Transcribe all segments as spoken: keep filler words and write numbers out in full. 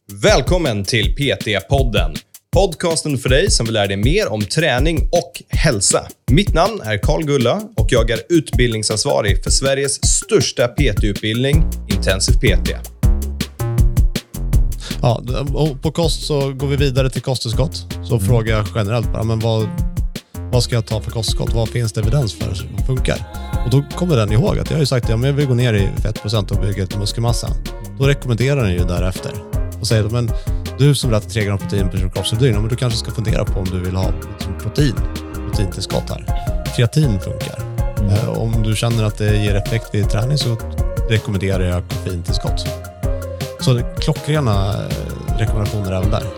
Välkommen till P T-podden. Podcasten för dig som vill lära dig mer om träning och hälsa. Mitt namn är Carl Gulla och jag är utbildningsansvarig för Sveriges största P T-utbildning, Intensiv P T. Ja, och på kost så går vi vidare till kosttillskott. Så mm. frågar jag generellt bara, men vad, vad ska jag ta för kosttillskott? Vad finns det evidens för som funkar? Och då kommer den ihåg att jag har ju sagt att ja, jag vill gå ner i fettprocent och bygga lite muskelmassa. Då rekommenderar den ju därefter. Och säger då, men du som vill äta tre gram protein per kroppsvikt, men du kanske ska fundera på om du vill ha liksom protein, proteintillskott här. Kreatin funkar. Mm. Eh, om du känner att det ger effekt vid träning så rekommenderar jag koffeintillskott. Så det är klockrena rekommendationer även där.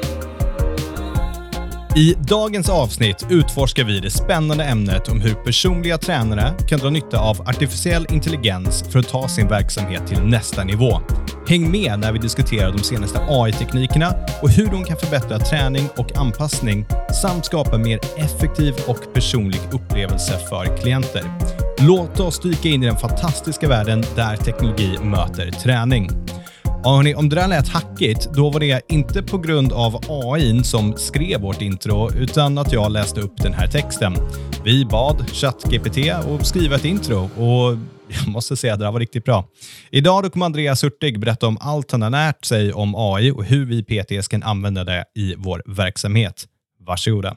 I dagens avsnitt utforskar vi det spännande ämnet om hur personliga tränare kan dra nytta av artificiell intelligens för att ta sin verksamhet till nästa nivå. Häng med när vi diskuterar de senaste A I-teknikerna och hur de kan förbättra träning och anpassning samt skapa mer effektiv och personlig upplevelse för klienter. Låt oss dyka in i den fantastiska världen där teknologi möter träning. Ja, hörni, om det där lät hackigt, då var det inte på grund av A I som skrev vårt intro utan att jag läste upp den här texten. Vi bad ChatGPT att skriva ett intro och jag måste säga att det där var riktigt bra. Idag då kommer Andreas Hurtig berätta om allt han har lärt sig om A I och hur vi P T kan använda det i vår verksamhet. Varsågoda.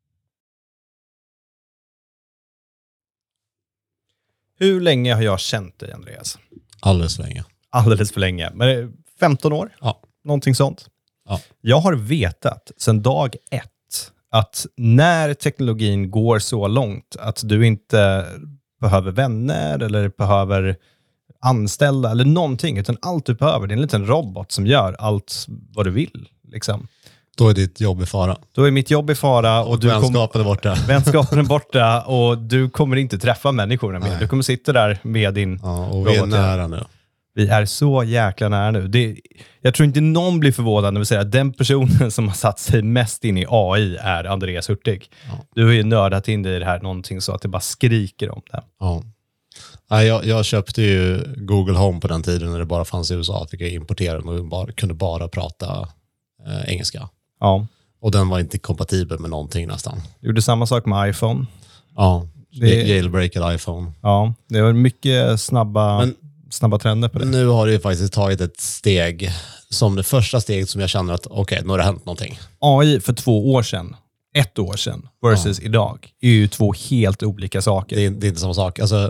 Hur länge har jag känt dig, Andreas? Alldeles för länge. Alldeles för länge. Men femton år? Ja. Någonting sånt. Ja. Jag har vetat sedan dag ett att när teknologin går så långt att du inte behöver vänner eller behöver anställda eller någonting, utan allt du behöver, det är en liten robot som gör allt vad du vill. Liksom. Då är ditt jobb i fara. Då är mitt jobb i fara. Och, och du vänskapen kom, är borta. Vänskapen är borta och du kommer inte träffa människorna mer. Du kommer sitta där med din ja, och vi är nära nu. Vi är så jäkla nära nu. Det, jag tror inte någon blir förvånad när vi säger att den personen som har satt sig mest in i A I är Andreas Hurtig. Ja. Du har ju nördat in dig i det här någonting så att det bara skriker om det. Ja. Jag, jag köpte ju Google Home på den tiden när det bara fanns i U S A. Fick jag importera den och bara, kunde bara prata eh, engelska. Ja. Och den var inte kompatibel med någonting nästan. Du gjorde samma sak med iPhone. Ja, det, jailbreakad iPhone. Ja, det var mycket snabba... Men, snabba trender på det. Nu har det ju faktiskt tagit ett steg som det första steget som jag känner att okej, okay, nu har det hänt någonting. A I för två år sedan, ett år sedan versus ja. idag är ju två helt olika saker. Det är, det är inte samma sak. Alltså,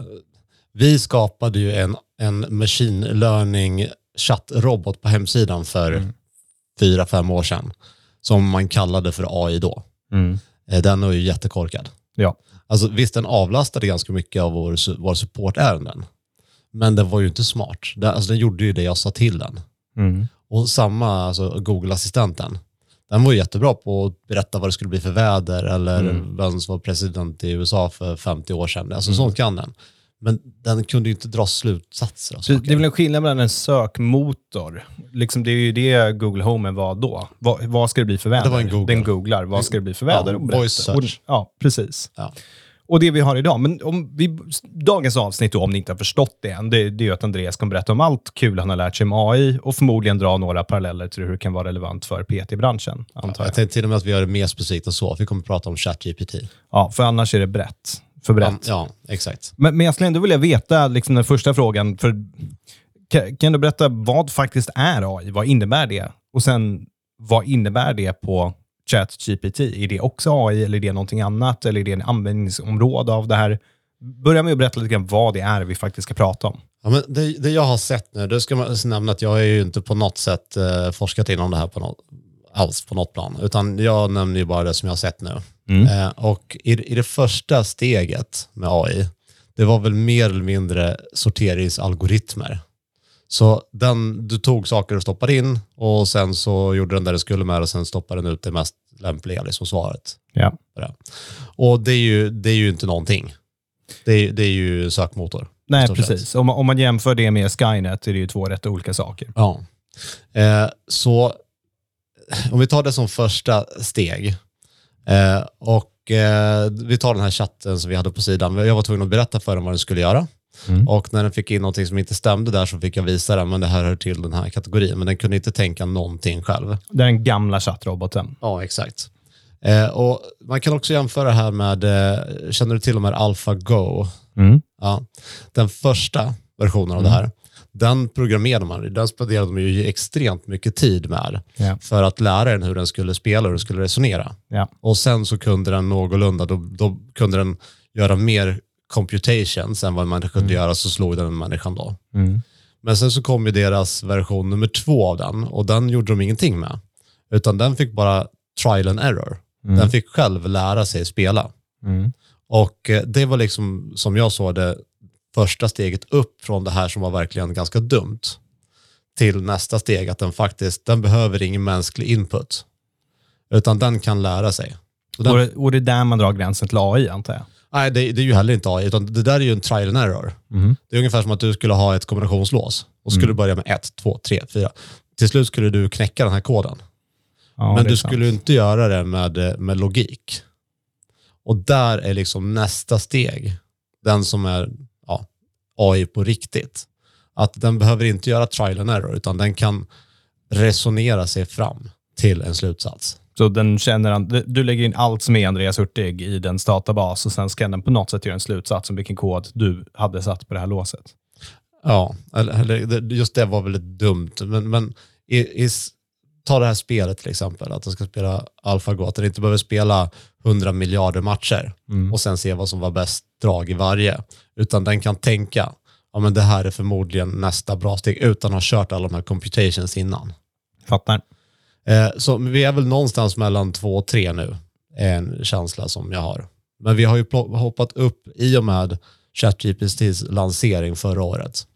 vi skapade ju en, en machine learning chattrobot på hemsidan för mm. fyra, fem år sedan som man kallade för A I då. Mm. Den är ju jättekorkad. Ja. Alltså, visst, den avlastade ganska mycket av vår, vår supportärenden. Men den var ju inte smart. Den, alltså den gjorde ju det jag sa till den. Mm. Och samma, alltså Google-assistenten. Den var ju jättebra på att berätta vad det skulle bli för väder. Eller mm. vem som var president i U S A för femtio år sedan. Alltså mm. sånt kan den. Men den kunde ju inte dra slutsatser. Det, det är väl en skillnad mellan en sökmotor. Liksom det är ju det Google Home var då. Vad, vad ska det bli för väder? Det var en Google. Den googlar. Vad ska det bli för väder? Ja, voice search. Ja, precis. Ja. Och det vi har idag, men om vi, dagens avsnitt då, om ni inte har förstått det än, det, det är ju att Andreas kommer berätta om allt kul han har lärt sig om A I och förmodligen dra några paralleller till hur det kan vara relevant för P T-branschen. Antar jag. jag tänkte till och med att vi gör det mer specifikt än så. Vi kommer att prata om ChatGPT. Ja, för annars är det brett. För brett. Ja, ja exakt. Men, men jag skulle ändå vilja veta liksom den första frågan. För, kan, kan du berätta vad faktiskt är A I? Vad innebär det? Och sen, vad innebär det på ChatGPT? Är det också A I eller är det någonting annat? Eller är det en användningsområde av det här? Börja med att berätta lite grann vad det är vi faktiskt ska prata om. Ja, men det, det jag har sett nu, det ska man nämna att jag är ju inte på något sätt eh, forskat inom det här på något, alls på något plan. Utan jag nämner ju bara det som jag har sett nu. Mm. Eh, och i, i det första steget med A I, det var väl mer eller mindre sorteringsalgoritmer. Så den, du tog saker och stoppade in och sen så gjorde den där det skulle med och sen stoppade den ut det mest lämpliga liksom svaret. Ja. Och det är ju, det är ju inte någonting. Det är, det är ju sökmotor. Nej, precis. Om man, om man jämför det med Skynet är det ju två rätt olika saker. Ja. Eh, så om vi tar det som första steg eh, och eh, vi tar den här chatten som vi hade på sidan. Jag var tvungen att berätta för dem vad den skulle göra. Mm. Och när den fick in någonting som inte stämde där så fick jag visa den, men det här hör till den här kategorin. Men den kunde inte tänka någonting själv. Det är den gamla chattroboten. Ja, exakt. Eh, och man kan också jämföra här med, eh, känner du till och med AlphaGo? Mm. Ja, den första versionen av mm. det här, den programmerade man, den spenderade man ju extremt mycket tid med yeah. för att lära den hur den skulle spela och hur den skulle resonera. Yeah. Och sen så kunde den någorlunda, då, då kunde den göra mer computations än vad man kunde mm. göra, så slog den människan då. Mm. Men sen så kom ju deras version nummer två av den, och den gjorde de ingenting med. Utan den fick bara trial and error. Mm. Den fick själv lära sig spela. Mm. Och det var liksom, som jag såg det, första steget upp från det här som var verkligen ganska dumt till nästa steg, att den faktiskt, den behöver ingen mänsklig input. Utan den kan lära sig. Och, den, och, det, och det är där man drar gränsen till A I, antar jag? Nej, det, det är ju heller inte A I, utan det där är ju en trial and error. Mm. Det är ungefär som att du skulle ha ett kombinationslås och skulle mm. börja med ett, två, tre, fyra. Till slut skulle du knäcka den här koden. Ja, men du sant. skulle inte göra det med, med logik. Och där är liksom nästa steg, den som är ja, A I på riktigt. Att den behöver inte göra trial and error, utan den kan resonera sig fram till en slutsats. Så den känner, du lägger in allt som är Andreas Hurtig i den databas, och sen ska den på något sätt göra en slutsats om vilken kod du hade satt på det här låset. Ja, eller just det var väldigt dumt. Men, men i, i, ta det här spelet till exempel, att den ska spela AlphaGo, att den inte behöver spela hundra miljarder matcher mm. och sen se vad som var bäst drag i varje. Utan den kan tänka, ja men det här är förmodligen nästa bra steg, utan att ha kört alla de här computations innan. Fattar. Eh, så vi är väl någonstans mellan två och tre nu, är en känsla som jag har. Men vi har ju pl- hoppat upp i och med ChatGPTs lansering förra året.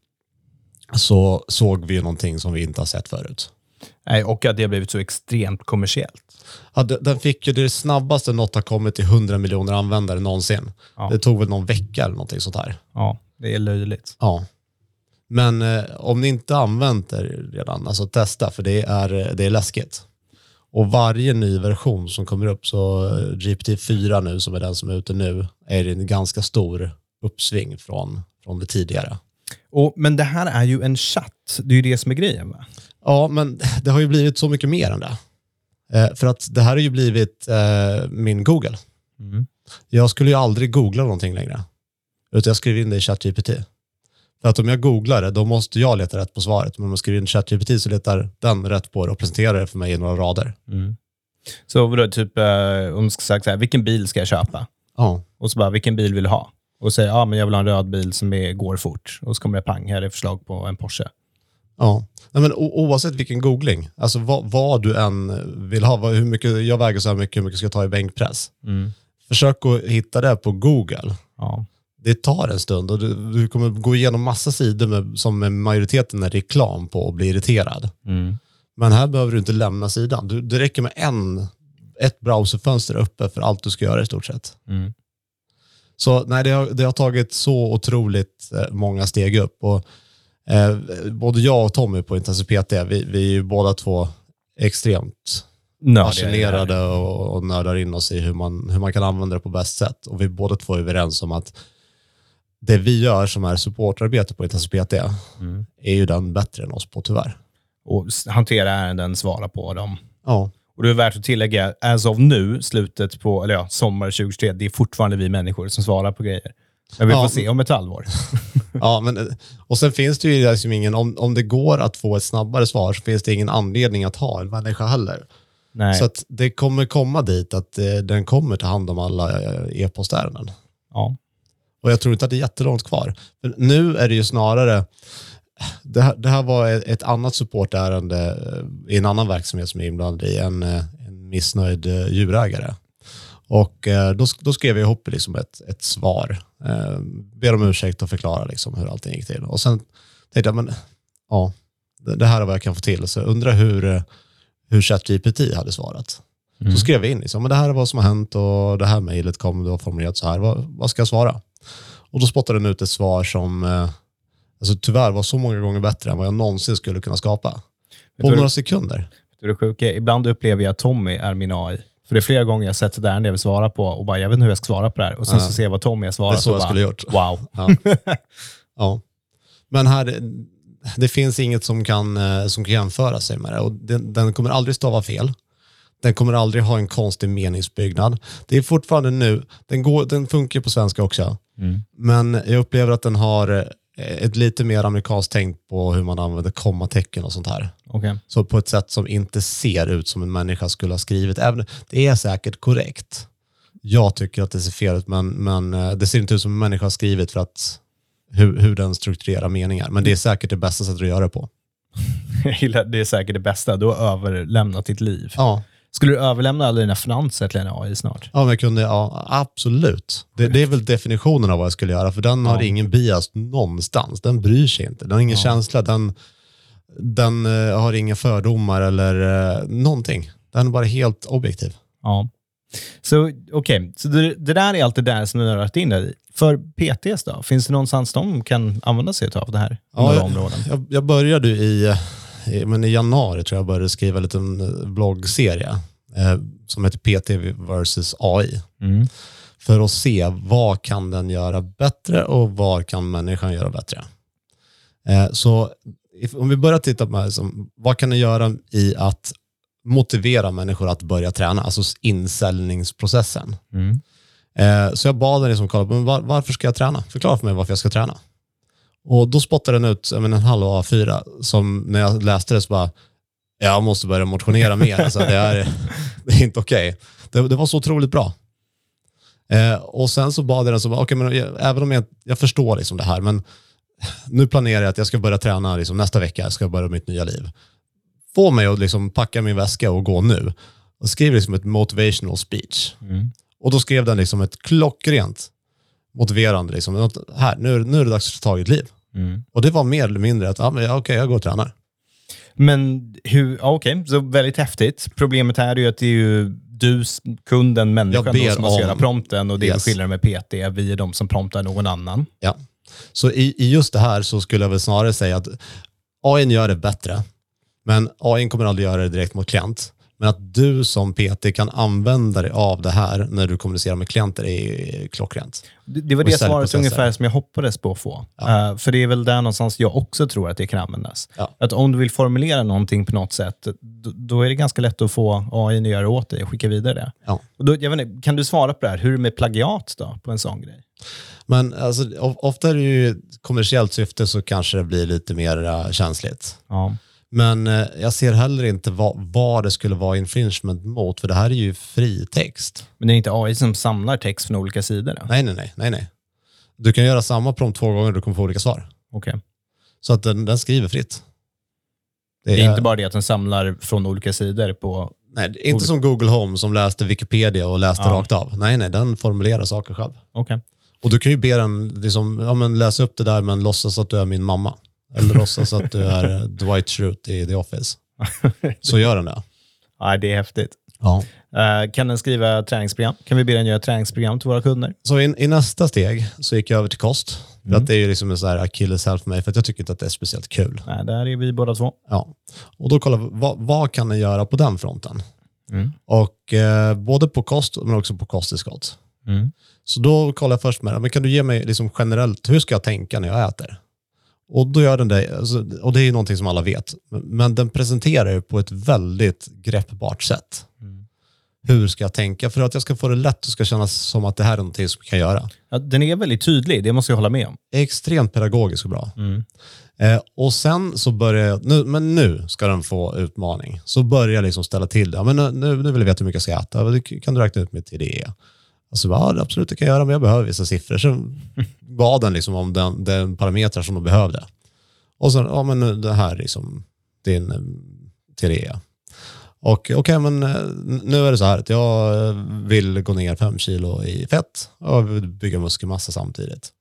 Så såg vi ju någonting som vi inte har sett förut. Nej, och att det har blivit så extremt kommersiellt. Ja, den fick ju det snabbaste något har kommit till hundra miljoner användare någonsin. Ja. Det tog väl någon vecka eller någonting sånt här. Ja, det är löjligt. Ja. Men eh, om ni inte använt det redan, alltså testa, för det är, det är läskigt. Och varje ny version som kommer upp, så G P T fyra nu, som är den som är ute nu, är en ganska stor uppsving från, från det tidigare. Och, men det här är ju en chatt, det är ju det som är grejen, va? Ja, men det har ju blivit så mycket mer än det. Eh, för att det här har ju blivit eh, min Google. Mm. Jag skulle ju aldrig googla någonting längre. Utan jag skriver in det i ChatGPT. För att om jag googlar det, då måste jag leta rätt på svaret. Men om jag skriver in ChatGPT så letar den rätt på det och presenterar det för mig i några rader. Mm. Så vadå, typ, om du ska säga så här, vilken bil ska jag köpa? Ja. Och så bara, vilken bil vill du ha? Och säga, ja men jag vill ha en röd bil som är, går fort. Och så kommer det pang, här är förslag på en Porsche. Ja, nej, men o- oavsett vilken googling, alltså vad, vad du än vill ha, vad, hur mycket, jag väger så här mycket, hur mycket ska jag ta i bänkpress. Mm. Försök att hitta det på Google. Ja. Det tar en stund och du, du kommer gå igenom massa sidor med, som med majoriteten är reklam på och bli irriterad. Mm. Men här behöver du inte lämna sidan. Du, det räcker med en, ett browserfönster uppe för allt du ska göra i stort sett. Mm. Så nej, det har, det har tagit så otroligt eh, många steg upp. Och eh, både jag och Tommy på Intensiv P T, vi, vi är ju båda två extremt fascinerade och, och nördar in oss i hur man, hur man kan använda det på bäst sätt. Och vi är båda två överens om att det vi gör som är supportarbete på Intensiv P T mm. är ju den bättre än oss på, tyvärr. Och hantera ärenden, svara på dem. Ja. Och det är värt att tillägga, as of nu, slutet på, eller ja, sommar tjugohundratjugotre, det är fortfarande vi människor som svarar på grejer. Men vi får ja. se om ett halvår. Ja, men och sen finns det ju liksom ingen, om, om det går att få ett snabbare svar så finns det ingen anledning att ha en människa heller. Nej. Så att det kommer komma dit att eh, den kommer ta hand om alla eh, e-postärenden. Ja. Och jag tror inte att det är jättelångt kvar. För nu är det ju snarare, det här, det här var ett annat supportärende i en annan verksamhet som är inblandad i, en, en missnöjd djurägare. Och då, då skrev jag ihop liksom ett, ett svar. Eh, ber om ursäkt och förklara liksom hur allting gick till. Och sen tänkte jag, men ja, det här är vad jag kan få till. Så jag undrar hur, hur ChatGPT hade svarat. Mm. Så skrev jag in liksom, men det här är vad som har hänt och det här mejlet kom då formulerat så här. Vad, vad ska jag svara? Och då spottade den ut ett svar som eh, alltså tyvärr var så många gånger bättre än vad jag någonsin skulle kunna skapa. På några sekunder. Det är sjuka. Ibland upplever jag att Tommy är min A I. För det är flera gånger jag sett där när jag vill svara på och bara, jag vet inte hur jag ska svara på det här. Och sen ja. så ser jag vad Tommy har svarat. Det är så jag bara, skulle gjort. Wow. Ja. Ja. Men här, det finns inget som kan, som kan jämföra sig med det. Och den, den kommer aldrig stava fel. Den kommer aldrig ha en konstig meningsbyggnad. Det är fortfarande nu, den, går, den funkar på svenska också. Mm. Men jag upplever att den har ett lite mer amerikanskt tänk på hur man använder kommatecken och sånt här. Okay. Så på ett sätt som inte ser ut som en människa skulle ha skrivit. Även, det är säkert korrekt. Jag tycker att det ser fel ut, men, men det ser inte ut som en människa har skrivit för att hur, hur den strukturerar meningar. Men det är säkert det bästa sättet att göra det på. Det är säkert det bästa. Du har överlämnat ditt liv. Ja. Skulle du överlämna alla dina finanser till en A I snart? Ja, men jag kunde, ja, absolut. Det, det är väl definitionen av vad jag skulle göra. För den ja. har ingen bias någonstans. Den bryr sig inte. Den har ingen ja. känsla. Den, den uh, har inga fördomar eller uh, någonting. Den är bara helt objektiv. Ja. Så okej, okay. så det, det där är allt det där som du har rört in i. För P T:s då? Finns det någonstans de kan använda sig av det här? Ja, jag, jag, jag började i... Men i januari tror jag började skriva en liten bloggserie eh, som heter P T versus A I. Mm. För att se vad kan den göra bättre och vad kan människan göra bättre. Eh, så if, om vi börjar titta på här, som, vad kan den göra i att motivera människor att börja träna, alltså insäljningsprocessen. Mm. Eh, så jag bad den liksom kolla på, men var, varför ska jag träna? Förklara för mig varför jag ska träna. Och då spottade den ut men, en halv A fyra som när jag läste det så bara jag måste börja motionera mer. Alltså, det, är, det är inte okej. Okay. Det, det var så otroligt bra. Eh, och sen så bad jag den så bara, okay, men jag, även om jag, jag förstår liksom det här, men nu planerar jag att jag ska börja träna liksom, nästa vecka. Jag ska börja mitt nya liv. Få mig att liksom, packa min väska och gå nu. Och skriver liksom ett motivational speech. Mm. Och då skrev den liksom ett klockrent motiverande liksom, här, nu, nu är det dags att ta ett liv. Mm. Och det var mer eller mindre att, ja, men, okej, okay, jag går och tränar. Men hur, okej, okay, så väldigt häftigt. Problemet här är ju att det är ju du, kunden, människan då, som måste göra prompten och det yes. är skillnaden med P T, vi är de som promptar någon annan. Ja, så i, i just det här så skulle jag väl snarare säga att A I gör det bättre, men A I kommer aldrig göra det direkt mot klient. Men att du som P T kan använda dig av det här när du kommunicerar med klienter är klockrent. Det, det var det svaret ungefär som jag hoppades på att få. Ja. Uh, för det är väl där någonstans jag också tror att det kan användas. Ja. Att om du vill formulera någonting på något sätt, då, då är det ganska lätt att få A I att göra åt dig och skicka vidare det. Ja. Och då, jag vet inte, kan du svara på det här? Hur är det med plagiat då på en sån grej? Men alltså, ofta är det ju kommersiellt syfte så kanske det blir lite mer uh, känsligt. Ja. Men eh, jag ser heller inte vad, vad det skulle vara infringement mot, för det här är ju fri text. Men det är inte A I som samlar text från olika sidor då? Nej, nej, nej, nej, nej. Du kan göra samma prompt två gånger och du kommer få olika svar. Okej. Okay. Så att den, den skriver fritt. Det är, det är inte bara det att den samlar från olika sidor på... Nej, inte olika... som Google Home som läste Wikipedia och läste ja. rakt av. Nej, nej, den formulerar saker själv. Okej. Okay. Och du kan ju be den liksom, ja, men läsa upp det där men låtsas att du är min mamma. Eller låtsas att du är Dwight Schrute i The Office. Så gör den det. Ja, det är häftigt. Ja. Uh, kan den skriva träningsprogram? Kan vi be den göra träningsprogram till våra kunder? Så in, i nästa steg så gick jag över till kost. Mm. För att det är ju liksom en sån här akilleshäl för mig. För att jag tycker inte att det är speciellt kul. Nej, där är vi båda två. Ja. Och då kollar vi, vad, vad kan den göra på den fronten? Mm. Och eh, både på kost men också på kosttillskott. Mm. Så då kollar jag först med det. Men kan du ge mig liksom generellt, hur ska jag tänka när jag äter? Och då gör den det, alltså, och det är ju någonting som alla vet. Men den presenterar det på ett väldigt greppbart sätt. Mm. Hur ska jag tänka? För att jag ska få det lätt och ska kännas som att det här är någonting som jag kan göra. Ja, den är väldigt tydlig, det måste jag hålla med om. Extremt pedagogisk och bra. Mm. Eh, och sen så börjar jag, nu, men nu ska den få utmaning. Så börjar jag liksom ställa till det. Ja, men nu, nu vill jag veta hur mycket jag ska äta. Kan du räkna ut mitt T D E? Alltså, ja, absolut, det kan jag göra, men jag behöver vissa siffror. Så bad den liksom om den, den parametrar som de behövde. Och sen, ja men det här liksom, din T D E. Och okej, okay, men nu är det så här att jag vill gå ner fem kilo i fett och vill bygga muskelmassa samtidigt.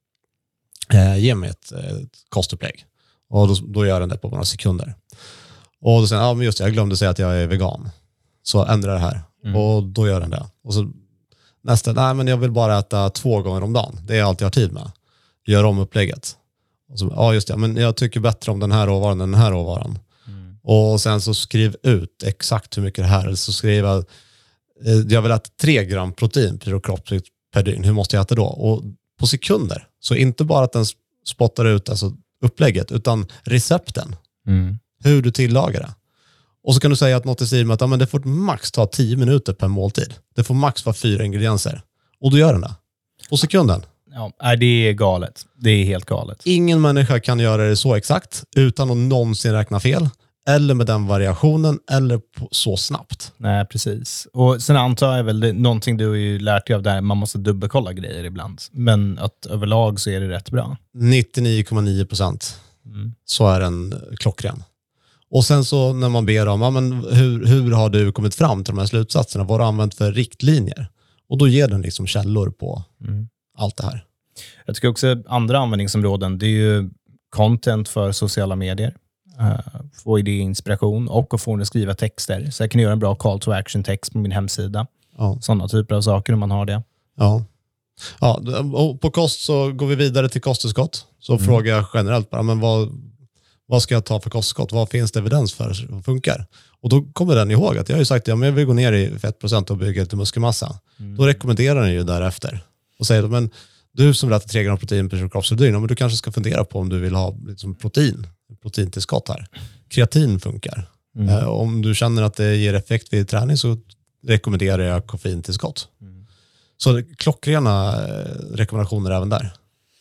Eh, ge mig ett, ett kostupplägg. Och då, då gör den det på några sekunder. Och då säger ja men just det, jag glömde säga att jag är vegan. Så ändrar det här. Mm. Och då gör den det. Och så nästa, nej men jag vill bara äta två gånger om dagen. Det är allt jag har tid med. Gör om upplägget. Och så, ja just det, men jag tycker bättre om den här råvaran än den här råvaran. Mm. Och sen så skriv ut exakt hur mycket det här är. Så skriv jag, jag vill äta tre gram protein per kropp per dygn. Hur måste jag äta då? Och på sekunder. Så inte bara att den spottar ut alltså upplägget, utan recepten. Mm. Hur du tillagar det. Och så kan du säga att något i stil med att ja, men det får max ta tio minuter per måltid. Det får max vara fyra ingredienser. Och du gör den där. På sekunden. Ja, det är galet. Det är helt galet. Ingen människa kan göra det så exakt utan att någonsin räkna fel. Eller med den variationen, eller på, så snabbt. Nej, precis. Och sen antar jag väl det, någonting du har ju lärt dig av där, man måste dubbelkolla grejer ibland. Men att överlag så är det rätt bra. nittionio komma nio procent. Mm. Så är den klockren. Och sen så när man ber om, ja, men hur, hur har du kommit fram till de här slutsatserna? Vad har du använt för riktlinjer? Och då ger den liksom källor på mm. allt det här. Jag tycker också andra användningsområden, det är ju content för sociala medier. Uh, få idé, inspiration och att få den att skriva texter. Så jag kan göra en bra call to action text på min hemsida. Ja. Sådana typer av saker om man har det. Ja. Ja, och på kost så går vi vidare till kosttillskott. Så mm. frågar jag generellt bara, men vad, vad ska jag ta för kosttillskott? Vad finns det evidens för som funkar? Och då kommer den ihåg att jag har ju sagt att ja, jag vill gå ner i fettprocent och bygga lite muskelmassa. Mm. Då rekommenderar den ju därefter. Och säger då, men du som vill äta tre gram protein per kroppsvolym, men du kanske ska fundera på om du vill ha liksom protein. Proteintillskott här. Kreatin funkar. Mm. Eh, om du känner att det ger effekt vid träning så rekommenderar jag koffeintillskott. Mm. Så klockrena eh, rekommendationer även där.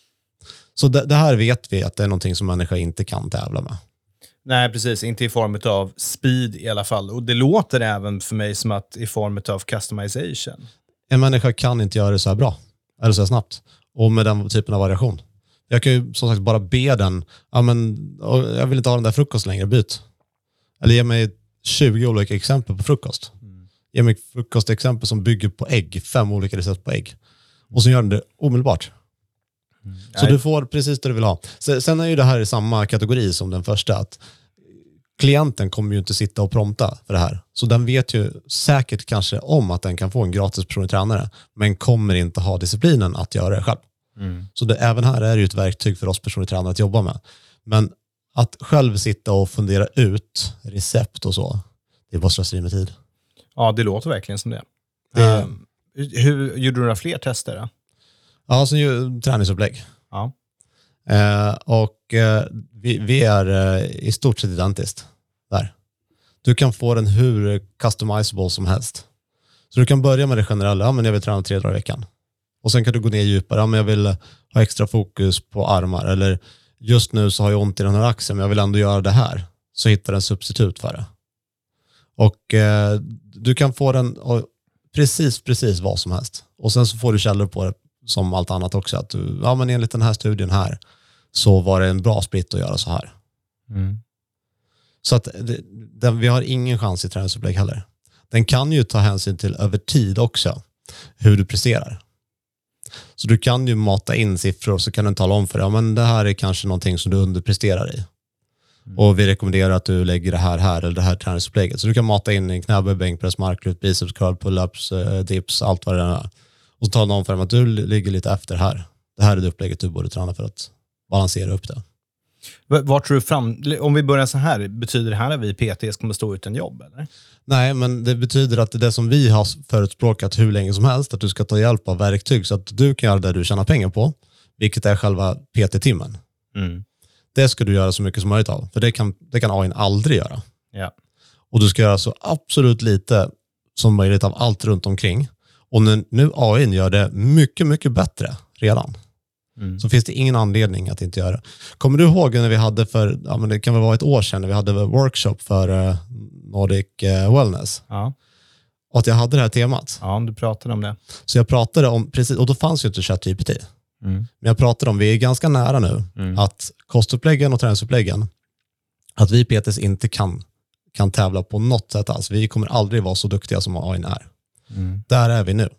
Så det, det här vet vi att det är någonting som människa inte kan tävla med. Nej, precis. Inte i form av speed i alla fall. Och det låter även för mig som att i form av customization. En människa kan inte göra det så här bra. Eller så här snabbt. Och med den typen av variation. Jag kan ju som sagt bara be den, ja men jag vill inte ha den där frukost längre, byt. Eller ge mig tjugo olika exempel på frukost. Mm. Ge mig frukostexempel som bygger på ägg, fem olika recept på ägg. Och så gör den det omedelbart. Mm. Så Nej. Du får precis det du vill ha. Sen är ju det här i samma kategori som den första, att klienten kommer ju inte sitta och prompta för det här. Så den vet ju säkert kanske om att den kan få en gratis personlig tränare, men kommer inte ha disciplinen att göra det själv. Mm. Så det, även här är det ju ett verktyg för oss personliga tränare att jobba med. Men att själv sitta och fundera ut recept och så, det är bara slöseri med tid. Ja, det låter verkligen som det. det... Um, hur gjorde du några fler tester då? Ja, så ju träningsupplägg. Ja. Uh, och uh, vi, vi är uh, i stort sett identiskt där. Du kan få den hur customizable som helst. Så du kan börja med det generella, ja, men jag vill träna tre dagar i veckan. Och sen kan du gå ner djupare. Ja, men jag vill ha extra fokus på armar. Eller just nu så har jag ont i den här axeln, men jag vill ändå göra det här. Så hittar den substitut för det. Och eh, du kan få den och, precis, precis vad som helst. Och sen så får du källor på det som allt annat också. Att du, ja men enligt den här studien här så var det en bra split att göra så här. Mm. Så att det, den, vi har ingen chans i träningsupplägg heller. Den kan ju ta hänsyn till över tid också. Hur du presterar. Så du kan ju mata in siffror och så kan den tala om för dig, ja men det här är kanske någonting som du underpresterar i. Mm. Och vi rekommenderar att du lägger det här här eller det här träningsupplägget. Så du kan mata in en knäböj, bänkpress, marklyft, biceps curl, pull-ups, dips, allt vad det är. Och så talar de om för dem att du ligger lite efter här. Det här är det upplägget du borde träna för att balansera upp det. Vart tror du fram, om vi börjar så här, betyder det här att vi P T:s kommer stå utan jobb eller? Nej, men det betyder att det är det som vi har förutspråkat hur länge som helst, att du ska ta hjälp av verktyg så att du kan göra det du tjänar pengar på, vilket är själva P T-timmen. Mm. Det ska du göra så mycket som möjligt av, för det kan, det kan A I aldrig göra. Ja. Och du ska göra så absolut lite som möjligt av allt runt omkring. Och nu, nu A I gör det mycket, mycket bättre redan. Mm. Så finns det ingen anledning att inte göra. Kommer du ihåg när vi hade för, ja men det kan väl vara ett år sedan, när vi hade en workshop för uh, Nordic uh, Wellness. Ja. Och att jag hade det här temat. Ja, du pratade om det. Så jag pratade om, precis, och då fanns ju inte ChatGPT. Mm. Men jag pratade om, vi är ganska nära nu, mm. att kostuppläggen och träningsuppläggen, att vi P T:s inte kan, kan tävla på något sätt alls. Vi kommer aldrig vara så duktiga som A I är. Mm. Där är vi nu.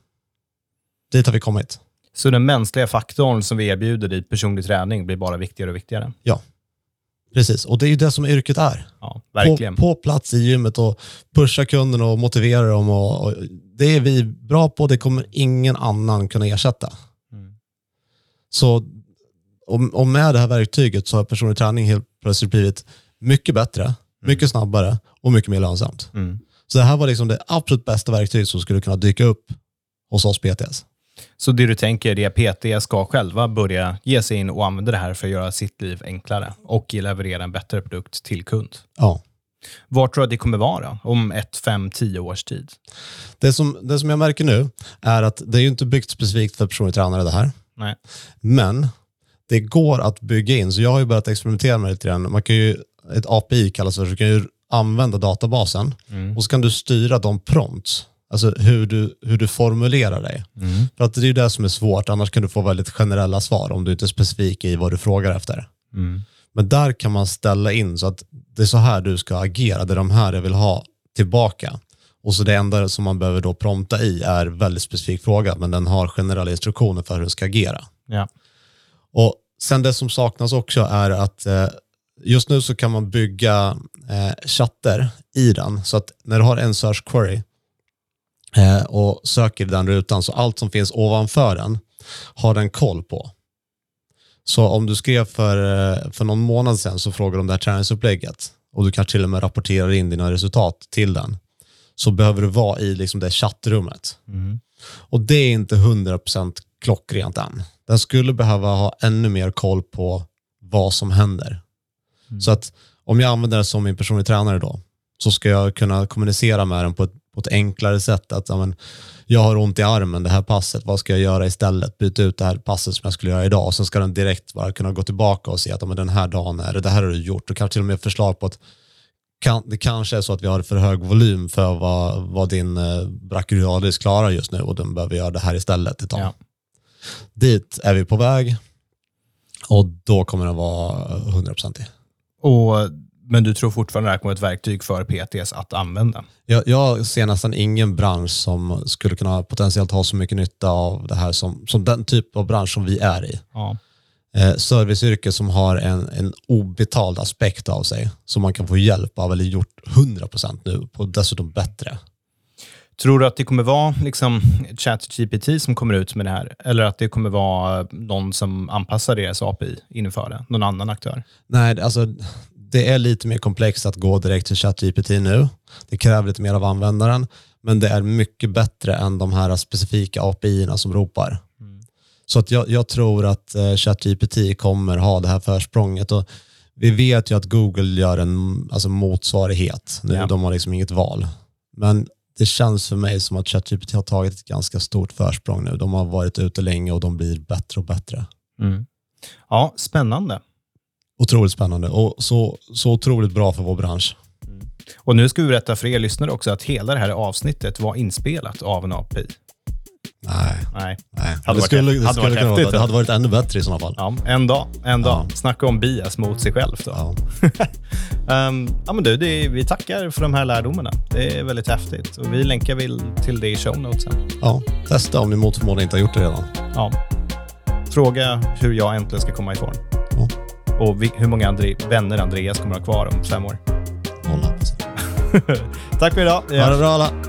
Dit har vi kommit. Så den mänskliga faktorn som vi erbjuder i personlig träning blir bara viktigare och viktigare? Ja, precis. Och det är ju det som yrket är. Ja, verkligen. På, på plats i gymmet och pusha kunden och motivera dem. Och, och det är vi bra på. Det kommer ingen annan kunna ersätta. Mm. Så och, och med det här verktyget så har personlig träning helt plötsligt blivit mycket bättre, mm. mycket snabbare och mycket mer lönsamt. Mm. Så det här var liksom det absolut bästa verktyg som skulle kunna dyka upp hos oss P T:s. Så det du tänker är att P T ska själva börja ge sig in och använda det här för att göra sitt liv enklare och leverera en bättre produkt till kund? Ja. Var tror du att det kommer vara om ett, fem, tio års tid? Det som, det som jag märker nu är att det är ju inte byggt specifikt för personlig tränare det här. Nej. Men det går att bygga in. Så jag har ju börjat experimentera med det lite grann. Man kan ju, ett A P I kallas för, så du kan ju använda databasen mm. och så kan du styra de prompts. Alltså hur du, hur du formulerar dig. Mm. För att det är ju det som är svårt. Annars kan du få väldigt generella svar om du inte är specifik i vad du frågar efter. Mm. Men där kan man ställa in så att det är så här du ska agera. Det är de här jag vill ha tillbaka. Och så det enda som man behöver då prompta i är väldigt specifik fråga. Men den har generella instruktioner för hur den ska agera. Ja. Och sen det som saknas också är att eh, just nu så kan man bygga eh, chatter i den. Så att när du har en search query eh, och söker i den rutan, så allt som finns ovanför den har den koll på. Så om du skrev för, för någon månad sedan så frågar de om det här träningsupplägget och du kanske till och med rapporterar in dina resultat till den, så behöver du vara i liksom det chattrummet. Mm. Och det är inte hundra procent klockrent än. Den skulle behöva ha ännu mer koll på vad som händer. Mm. Så att om jag använder det som min personlig tränare då, så ska jag kunna kommunicera med den på ett, på ett enklare sätt. Att ja, men, jag har ont i armen det här passet, vad ska jag göra istället? Byta ut det här passet som jag skulle göra idag. Och sen ska den direkt bara kunna gå tillbaka och se att ja, men den här dagen är det, det här har du gjort. Och kanske till och med förslag på att kan, det kanske är så att vi har för hög volym för vad, vad din eh, brachiodialis klarar just nu och den behöver göra det här istället ett tag. Ja. Dit är vi på väg och då kommer det vara hundra procent i. Och, men du tror fortfarande att det här kommer ett verktyg för P T:s att använda? Jag, jag ser nästan ingen bransch som skulle kunna potentiellt ha så mycket nytta av det här som, som den typ av bransch som vi är i. Ja. Eh, serviceyrke som har en, en obetald aspekt av sig som man kan få hjälp av eller gjort hundra procent nu på dessutom bättre. Tror du att det kommer vara liksom ChatGPT som kommer ut med det här? Eller att det kommer vara någon som anpassar deras A P I inför det? Någon annan aktör? Nej, alltså det är lite mer komplext att gå direkt till ChatGPT nu. Det kräver lite mer av användaren. Men det är mycket bättre än de här specifika A P I-erna som ropar. Mm. Så att jag, jag tror att uh, ChatGPT kommer ha det här försprånget. Och vi vet ju att Google gör en alltså, motsvarighet. Nu, ja. De har liksom inget val. Men det känns för mig som att ChatGPT har tagit ett ganska stort försprång nu. De har varit ute länge och de blir bättre och bättre. Mm. Ja, spännande. Otroligt spännande och så, så otroligt bra för vår bransch. Mm. Och nu ska vi berätta för er lyssnare också att hela det här avsnittet var inspelat av en A P I. Nej. Nej. Nej. Hade det skulle, varit, det hade skulle varit kunna häftigt, vara, det hade varit ännu bättre i sådana fall. Ja, en dag. En dag. Ja. Snacka om bias mot sig själv då. Ja. um, ja, men du, det är, vi tackar för de här lärdomarna. Det är väldigt häftigt. Och vi länkar väl till det i show notesen. Ja, testa om ni mot förmodan inte har gjort det redan. Ja. Fråga hur jag äntligen ska komma i form. Ja. Och vi, hur många André, vänner Andreas kommer att ha kvar om fem år. Hålla på sig. Tack för idag. Ha det bra alla.